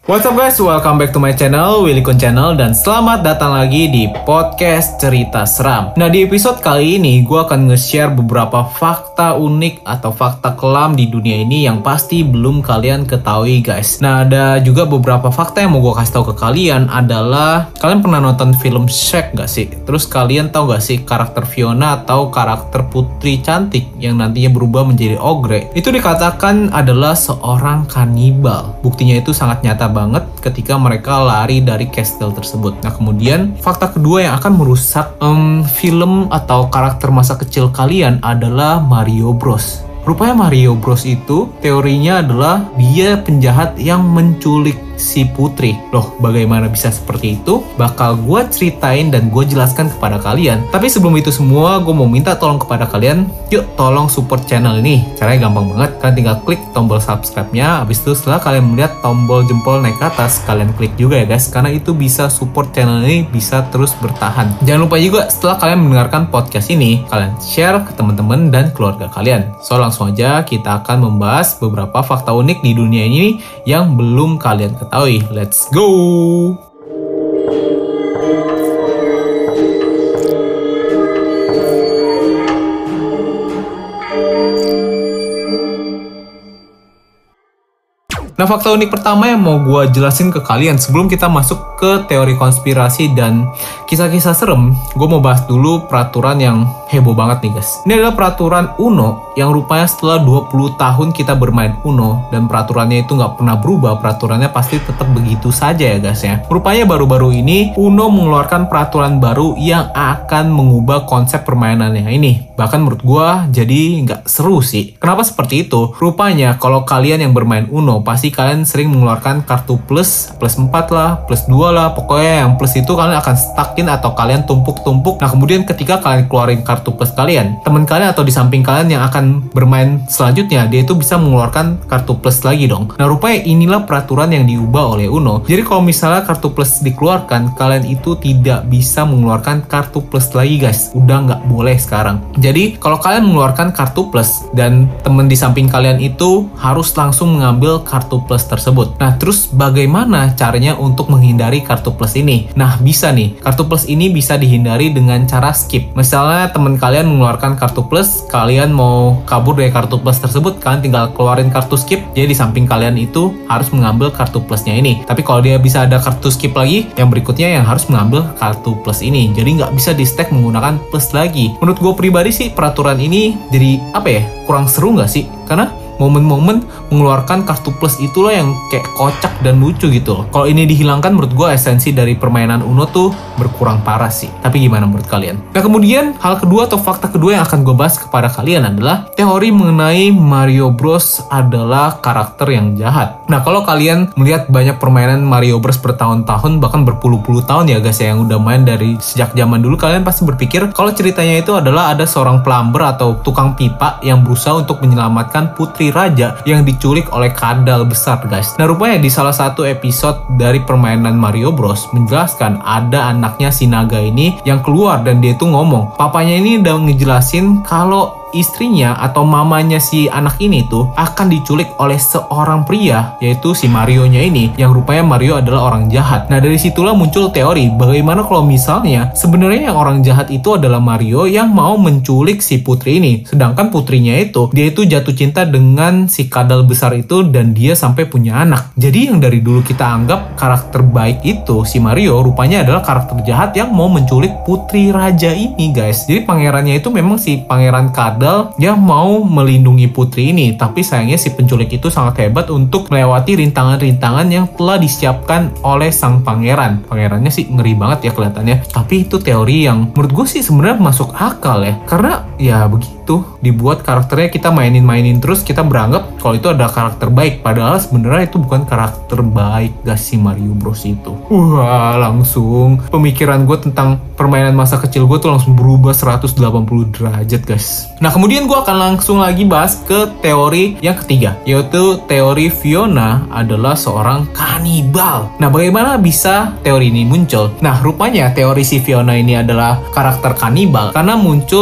What's up guys, welcome back to my channel, Willy Kun Channel, dan selamat datang lagi di podcast cerita seram. Nah, di episode kali ini gue akan nge-share beberapa fakta unik atau fakta kelam di dunia ini yang pasti belum kalian ketahui guys. Nah, ada juga beberapa fakta yang mau gue kasih tahu ke kalian adalah, kalian pernah nonton film Shrek gak sih? Terus kalian tahu gak sih karakter Fiona atau karakter putri cantik yang nantinya berubah menjadi ogre? Itu dikatakan adalah seorang kanibal. Buktinya itu sangat nyata banget ketika mereka lari dari kastil tersebut. Nah, kemudian fakta kedua yang akan merusak film atau karakter masa kecil kalian adalah Mario Bros. Rupanya Mario Bros itu teorinya adalah dia penjahat yang menculik si putri. Loh, bagaimana bisa seperti itu? Bakal gue ceritain dan gue jelaskan kepada kalian. Tapi sebelum itu semua, gue mau minta tolong kepada kalian, yuk tolong support channel ini. Caranya gampang banget, kalian tinggal klik tombol subscribe-nya. Habis itu setelah kalian melihat tombol jempol naik ke atas, kalian klik juga ya guys, karena itu bisa support channel ini bisa terus bertahan. Jangan lupa juga setelah kalian mendengarkan podcast ini, kalian share ke teman-teman dan keluarga kalian. So langsung aja kita akan membahas beberapa fakta unik di dunia ini yang belum kalian ketahui. Let's go! Nah, fakta unik pertama yang mau gue jelasin ke kalian sebelum kita masuk ke teori konspirasi dan kisah-kisah serem, gue mau bahas dulu peraturan yang heboh banget nih guys. Ini adalah peraturan Uno yang rupanya setelah 20 tahun kita bermain Uno dan peraturannya itu nggak pernah berubah, peraturannya pasti tetap begitu saja ya guys ya. Rupanya baru-baru ini Uno mengeluarkan peraturan baru yang akan mengubah konsep permainannya ini. Bahkan menurut gue jadi nggak seru sih. Kenapa seperti itu? Rupanya kalau kalian yang bermain Uno pasti kalian sering mengeluarkan kartu plus 4 lah, plus 2 lah, pokoknya yang plus itu kalian akan stuck-in atau kalian tumpuk-tumpuk. Nah, kemudian ketika kalian keluarin kartu plus kalian, teman kalian atau di samping kalian yang akan bermain selanjutnya, dia itu bisa mengeluarkan kartu plus lagi dong. Nah, rupanya inilah peraturan yang diubah oleh Uno. Jadi kalau misalnya kartu plus dikeluarkan, kalian itu tidak bisa mengeluarkan kartu plus lagi guys. Udah nggak boleh sekarang. Jadi kalau kalian mengeluarkan kartu plus dan teman di samping kalian itu harus langsung mengambil kartu plus tersebut. Nah, terus bagaimana caranya untuk menghindari kartu plus ini? Nah, bisa nih. Kartu plus ini bisa dihindari dengan cara skip. Misalnya teman kalian mengeluarkan kartu plus, kalian mau kabur dari kartu plus tersebut, kalian tinggal keluarin kartu skip. Jadi di samping kalian itu harus mengambil kartu plusnya ini. Tapi kalau dia bisa ada kartu skip lagi, yang berikutnya yang harus mengambil kartu plus ini. Jadi nggak bisa di stack menggunakan plus lagi. Menurut gue pribadi sih peraturan ini jadi kurang seru nggak sih? Karena momen-momen mengeluarkan kartu plus itulah yang kayak kocak dan lucu gitu loh. Kalau ini dihilangkan, menurut gue esensi dari permainan Uno tuh berkurang parah sih. Tapi gimana menurut kalian? Nah, kemudian hal kedua atau fakta kedua yang akan gue bahas kepada kalian adalah teori mengenai Mario Bros adalah karakter yang jahat. Nah, kalau kalian melihat banyak permainan Mario Bros bertahun-tahun, bahkan berpuluh-puluh tahun ya guys ya, yang udah main dari sejak zaman dulu, kalian pasti berpikir kalau ceritanya itu adalah ada seorang plumber atau tukang pipa yang berusaha untuk menyelamatkan putri raja yang diculik oleh kadal besar guys. Nah, rupanya di salah satu episode dari permainan Mario Bros menjelaskan ada anaknya si naga ini yang keluar dan dia tuh ngomong, papanya ini udah ngejelasin kalau istrinya atau mamanya si anak ini tuh akan diculik oleh seorang pria, yaitu si Mario-nya ini, yang rupanya Mario adalah orang jahat. Nah, dari situlah muncul teori bagaimana kalau misalnya sebenarnya yang orang jahat itu adalah Mario yang mau menculik si putri ini, sedangkan putrinya itu dia itu jatuh cinta dengan si kadal besar itu dan dia sampai punya anak. Jadi yang dari dulu kita anggap karakter baik itu si Mario rupanya adalah karakter jahat yang mau menculik putri raja ini guys. Jadi pangerannya itu memang si pangeran kadal yang mau melindungi putri ini, tapi sayangnya si penculik itu sangat hebat untuk melewati rintangan-rintangan yang telah disiapkan oleh sang pangeran. Pangerannya sih ngeri banget ya kelihatannya, tapi itu teori yang menurut gue sih sebenarnya masuk akal ya, karena ya begitu dibuat karakternya, kita mainin terus kita beranggap kalau itu adalah karakter baik, padahal sebenarnya itu bukan karakter baik guys si Mario Bros itu. Wah, langsung pemikiran gue tentang permainan masa kecil gue tuh langsung berubah 180 derajat guys. Nah, kemudian gue akan langsung lagi bahas ke teori yang ketiga, yaitu teori Fiona adalah seorang kanibal. Nah, bagaimana bisa teori ini muncul? Nah, rupanya teori si Fiona ini adalah karakter kanibal karena muncul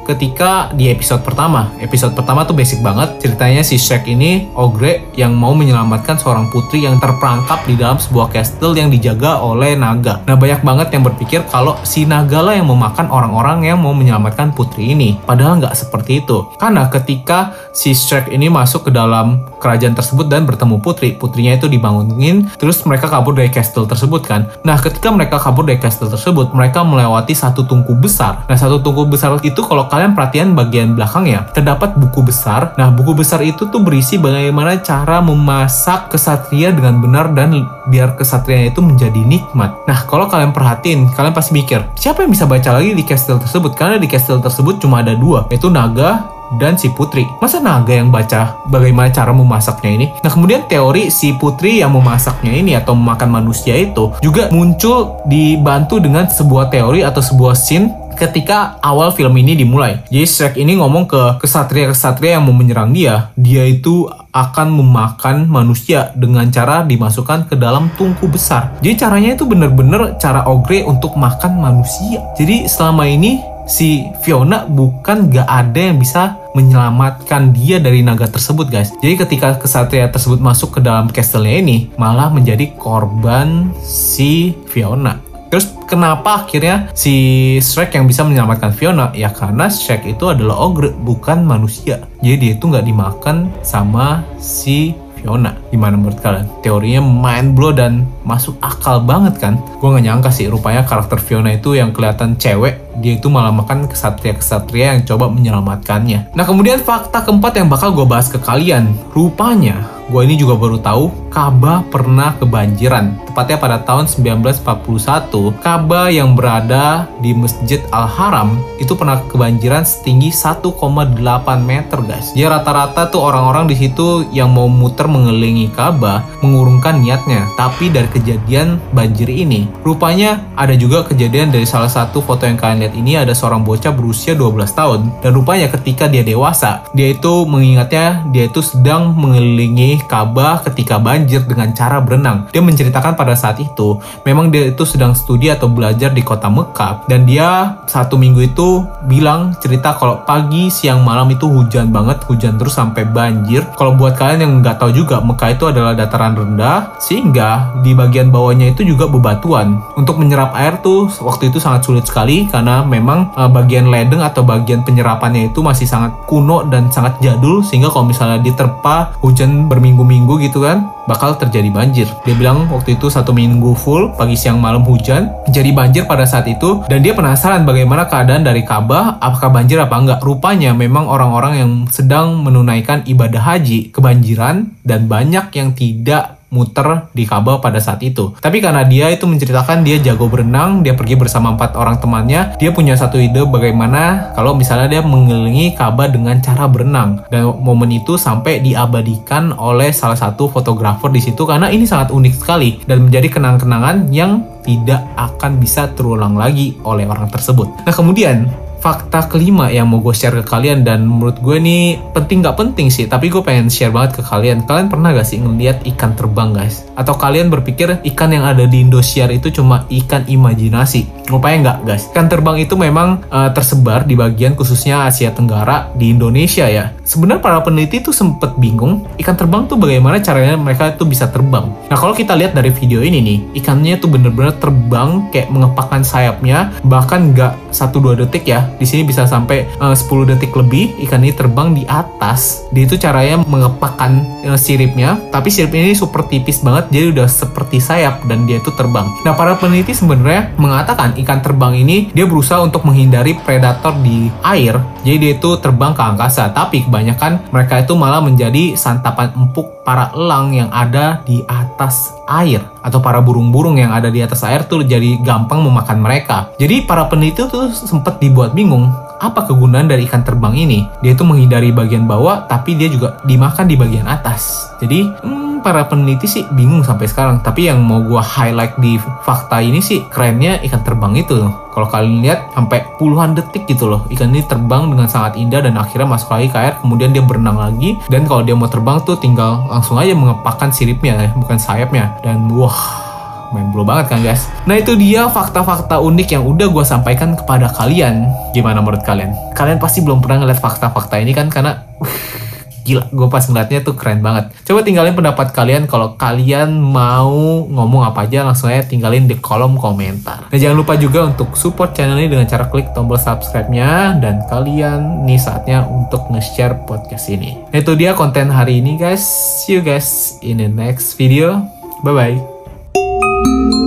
ketika di episode pertama. Episode pertama tuh basic banget. Ceritanya si Shrek ini ogre yang mau menyelamatkan seorang putri yang terperangkap di dalam sebuah castle yang dijaga oleh naga. Nah, banyak banget yang berpikir kalau si naga lah yang memakan orang-orang yang mau menyelamatkan putri ini. Padahal nggak seperti itu. Karena ketika si Shrek ini masuk ke dalam kerajaan tersebut dan bertemu putrinya itu dibangunin, terus mereka kabur dari castle tersebut kan. Nah, ketika mereka kabur dari castle tersebut, mereka melewati satu tungku besar. Nah, satu tungku besar itu kalau kalian perhatian bagian belakangnya, terdapat buku besar. Nah, buku besar itu tuh berisi bagaimana cara memasak kesatria dengan benar dan biar kesatrianya itu menjadi nikmat. Nah, kalau kalian perhatiin, kalian pasti mikir, siapa yang bisa baca lagi di castle tersebut? Karena di castle tersebut cuma ada dua, yaitu naga dan si putri. Masa naga yang baca bagaimana cara memasaknya ini? Nah, kemudian teori si putri yang memasaknya ini atau memakan manusia itu juga muncul dibantu dengan sebuah teori atau sebuah scene ketika awal film ini dimulai. Jadi Shrek ini ngomong ke kesatria-kesatria yang mau menyerang dia itu akan memakan manusia dengan cara dimasukkan ke dalam tungku besar. Jadi caranya itu bener-bener cara ogre untuk makan manusia. Jadi selama ini si Fiona bukan gak ada yang bisa menyelamatkan dia dari naga tersebut, guys. Jadi ketika kesatria tersebut masuk ke dalam castle-nya ini, malah menjadi korban si Fiona. Terus kenapa akhirnya si Shrek yang bisa menyelamatkan Fiona? Ya karena Shrek itu adalah ogre, bukan manusia. Jadi dia itu gak dimakan sama si Fiona. Gimana menurut kalian? Teorinya mind blow dan masuk akal banget kan? Gue gak nyangka sih, rupanya karakter Fiona itu yang kelihatan cewek, dia itu malah makan kesatria-kesatria yang coba menyelamatkannya. Nah, kemudian fakta keempat yang bakal gue bahas ke kalian. Rupanya, gue ini juga baru tahu Ka'bah pernah kebanjiran. Tepatnya pada tahun 1941, Ka'bah yang berada di Masjid Al-Haram itu pernah kebanjiran setinggi 1,8 meter, guys. Jadi rata-rata tuh orang-orang di situ yang mau muter mengelilingi Ka'bah mengurungkan niatnya. Tapi dari kejadian banjir ini, rupanya ada juga kejadian dari salah satu foto yang kalian lihat ini, ada seorang bocah berusia 12 tahun. Dan rupanya ketika dia dewasa, dia itu mengingatnya dia itu sedang mengelilingi Ka'bah ketika banjir dengan cara berenang. Dia menceritakan pada saat itu, memang dia itu sedang studi atau belajar di kota Mekah, dan dia 1 minggu itu bilang cerita kalau pagi, siang, malam itu hujan banget, hujan terus sampai banjir. Kalau buat kalian yang nggak tahu juga, Mekah itu adalah dataran rendah, sehingga di bagian bawahnya itu juga bebatuan. Untuk menyerap air tuh waktu itu sangat sulit sekali, karena memang bagian ledeng atau bagian penyerapannya itu masih sangat kuno dan sangat jadul, sehingga kalau misalnya diterpa hujan berminggu-minggu gitu kan, bakal terjadi banjir. Dia bilang waktu itu 1 minggu full, pagi, siang, malam hujan, jadi banjir pada saat itu, dan dia penasaran bagaimana keadaan dari Ka'bah, apakah banjir apa enggak. Rupanya memang orang-orang yang sedang menunaikan ibadah haji kebanjiran, dan banyak yang tidak muter di Ka'bah pada saat itu. Tapi karena dia itu menceritakan dia jago berenang, dia pergi bersama 4 orang temannya, dia punya satu ide bagaimana kalau misalnya dia mengelilingi Ka'bah dengan cara berenang. Dan momen itu sampai diabadikan oleh salah satu fotografer di situ, karena ini sangat unik sekali dan menjadi kenang-kenangan yang tidak akan bisa terulang lagi oleh orang tersebut. Nah, kemudian fakta kelima yang mau gue share ke kalian, dan menurut gue ini penting gak penting sih, tapi gue pengen share banget ke kalian. Kalian pernah gak sih ngeliat ikan terbang, guys? Atau kalian berpikir ikan yang ada di Indosiar itu cuma ikan imajinasi? Rupanya enggak, guys. Ikan terbang itu memang tersebar di bagian khususnya Asia Tenggara di Indonesia ya. Sebenarnya para peneliti tuh sempet bingung ikan terbang tuh bagaimana caranya mereka tuh bisa terbang. Nah, kalau kita lihat dari video ini nih, ikannya tuh bener-bener terbang kayak mengepakkan sayapnya, bahkan nggak 1-2 detik ya. Di sini bisa sampai 10 detik lebih ikan ini terbang di atas. Dia itu caranya mengepakkan siripnya, tapi sirip ini super tipis banget, jadi udah seperti sayap dan dia itu terbang. Nah, para peneliti sebenarnya mengatakan ikan terbang ini dia berusaha untuk menghindari predator di air, jadi dia itu terbang ke angkasa. Tapi kebanyakan mereka itu malah menjadi santapan empuk para elang yang ada di atas air, atau para burung-burung yang ada di atas air tuh jadi gampang memakan mereka. Jadi para peneliti tuh sempat dibuat bingung, apa kegunaan dari ikan terbang ini? Dia itu menghindari bagian bawah, tapi dia juga dimakan di bagian atas. Jadi para peneliti sih bingung sampai sekarang. Tapi yang mau gua highlight di fakta ini sih kerennya ikan terbang itu loh. Kalau kalian lihat sampai puluhan detik gitu loh, ikan ini terbang dengan sangat indah dan akhirnya masuk lagi ke air, kemudian dia berenang lagi, dan kalau dia mau terbang tuh tinggal langsung aja mengepakkan siripnya ya, bukan sayapnya. Dan wah, main blow banget kan guys. Nah itu dia fakta-fakta unik yang udah gue sampaikan kepada kalian. Gimana menurut kalian? Kalian pasti belum pernah ngeliat fakta-fakta ini kan, karena gila, gue pas ngeliatnya tuh keren banget. Coba tinggalin pendapat kalian, kalau kalian mau ngomong apa aja langsung aja tinggalin di kolom komentar. Nah jangan lupa juga untuk support channel ini dengan cara klik tombol subscribe-nya. Dan kalian nih saatnya untuk nge-share podcast ini. Nah itu dia konten hari ini guys. See you guys in the next video. Bye-bye.